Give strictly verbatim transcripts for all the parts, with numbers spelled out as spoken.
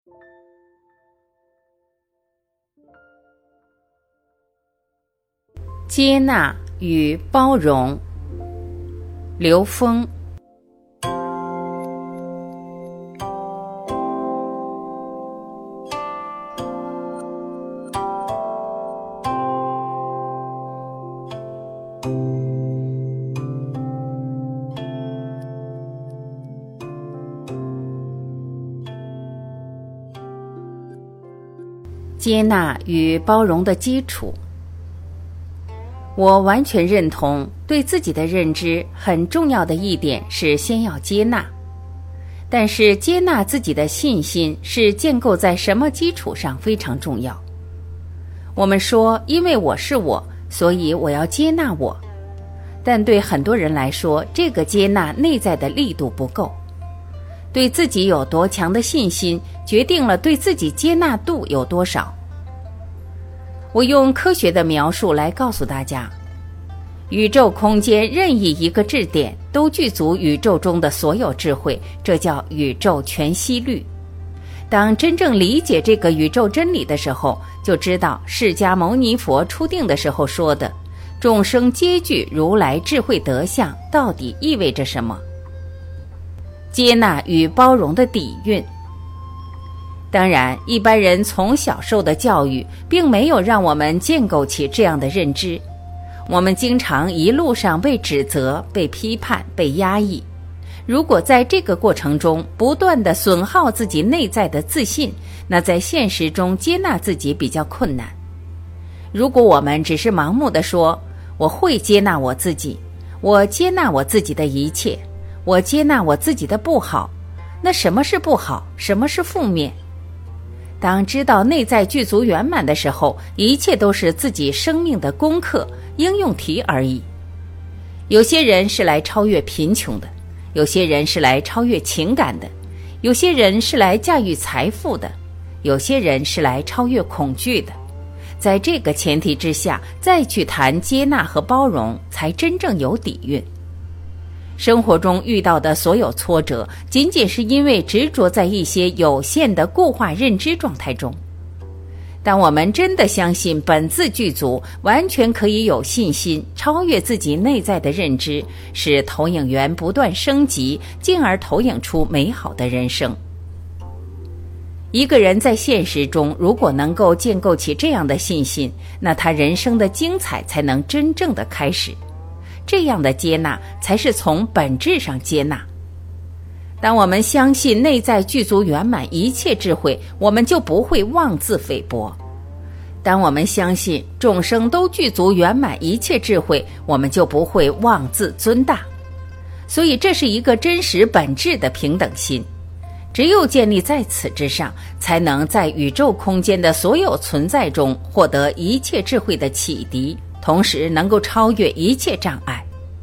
接纳与包容，刘峰。接纳与包容的基础，我完全认同，对自己的认知很重要的一点是先要接纳。但是接纳自己的信心是建构在什么基础上非常重要。我们说，因为我是我，所以我要接纳我。但对很多人来说，这个接纳内在的力度不够。对自己有多强的信心，决定了对自己接纳度有多少。我用科学的描述来告诉大家，宇宙空间任意一个质点都具足宇宙中的所有智慧，这叫宇宙全息律。当真正理解这个宇宙真理的时候，就知道释迦牟尼佛初定的时候说的众生皆具如来智慧德相到底意味着什么。接纳与包容的底蕴。当然，一般人从小受的教育并没有让我们建构起这样的认知，我们经常一路上被指责、被批判、被压抑。如果在这个过程中不断地损耗自己内在的自信，那在现实中接纳自己比较困难。如果我们只是盲目地说我会接纳我自己，我接纳我自己的一切，我接纳我自己的不好，那什么是不好，什么是负面？当知道内在具足圆满的时候，一切都是自己生命的功课、应用题而已。有些人是来超越贫穷的，有些人是来超越情感的，有些人是来驾驭财富的，有些人是来超越恐惧的。在这个前提之下，再去谈接纳和包容，才真正有底蕴。生活中遇到的所有挫折，仅仅是因为执着在一些有限的固化认知状态中。当我们真的相信本自具足，完全可以有信心超越自己内在的认知，使投影源不断升级，进而投影出美好的人生。一个人在现实中如果能够建构起这样的信心，那他人生的精彩才能真正的开始。这样的接纳才是从本质上接纳。当我们相信内在具足圆满一切智慧，我们就不会妄自菲薄。当我们相信众生都具足圆满一切智慧，我们就不会妄自尊大。所以这是一个真实本质的平等心。只有建立在此之上，才能在宇宙空间的所有存在中获得一切智慧的启迪，同时能够超越一切障碍。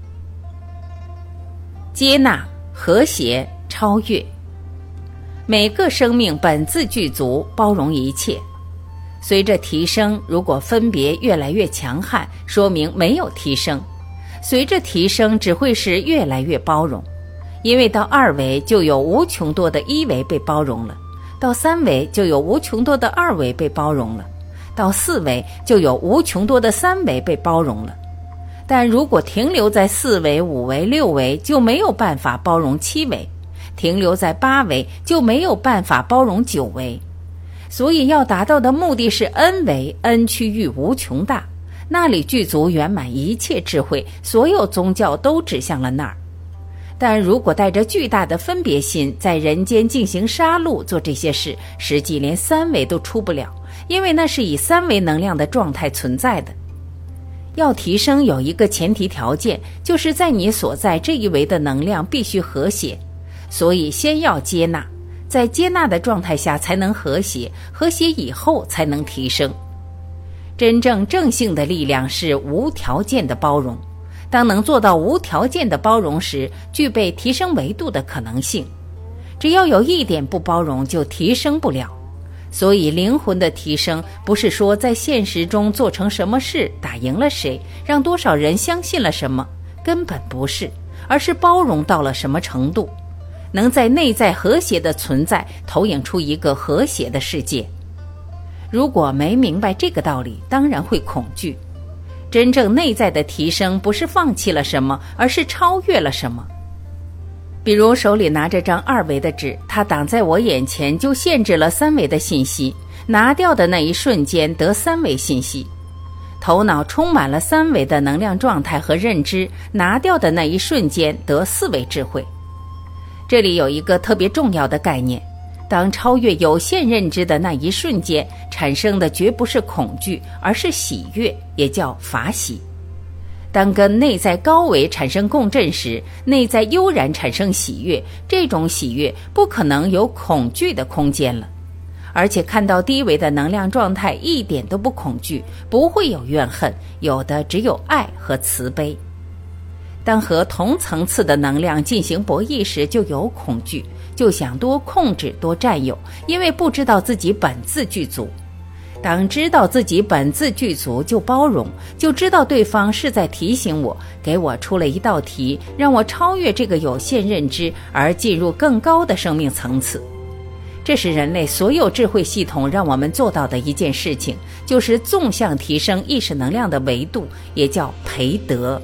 接纳、和谐、超越。每个生命本自具足，包容一切。随着提升，如果分别越来越强悍，说明没有提升。随着提升，只会是越来越包容。因为到二维就有无穷多的一维被包容了，到三维就有无穷多的二维被包容了，到四维就有无穷多的三维被包容了。但如果停留在四维、五维、六维，就没有办法包容七维；停留在八维，就没有办法包容九维。所以要达到的目的是 N 维 N 区域无穷大，那里具足圆满一切智慧，所有宗教都指向了那儿。但如果带着巨大的分别心在人间进行杀戮做这些事，实际连三维都出不了，因为那是以三维能量的状态存在的。要提升有一个前提条件，就是在你所在这一维的能量必须和谐，所以先要接纳，在接纳的状态下才能和谐，和谐以后才能提升。真正正性的力量是无条件的包容，当能做到无条件的包容时，具备提升维度的可能性。只要有一点不包容，就提升不了。所以灵魂的提升不是说在现实中做成什么事，打赢了谁，让多少人相信了什么，根本不是，而是包容到了什么程度。 能在内在和谐的存在投影出一个和谐的世界。如果没明白这个道理，当然会恐惧。真正内在的提升不是放弃了什么，而是超越了什么。比如手里拿着张二维的纸，它挡在我眼前就限制了三维的信息，拿掉的那一瞬间得三维信息。头脑充满了三维的能量状态和认知，拿掉的那一瞬间得四维智慧。这里有一个特别重要的概念，当超越有限认知的那一瞬间，产生的绝不是恐惧，而是喜悦，也叫法喜。当跟内在高维产生共振时，内在悠然产生喜悦，这种喜悦不可能有恐惧的空间了。而且看到低维的能量状态一点都不恐惧，不会有怨恨，有的只有爱和慈悲。当和同层次的能量进行博弈时，就有恐惧，就想多控制多占有，因为不知道自己本自具足。当知道自己本自具足，就包容，就知道对方是在提醒我，给我出了一道题，让我超越这个有限认知，而进入更高的生命层次。这是人类所有智慧系统让我们做到的一件事情，就是纵向提升意识能量的维度，也叫培德。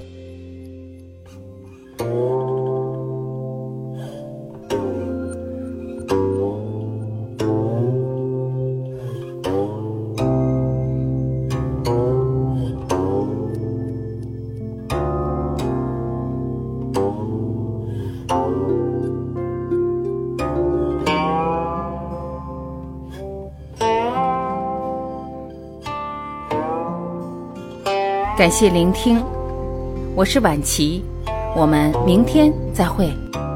感谢聆听，我是婉琪，我们明天再会。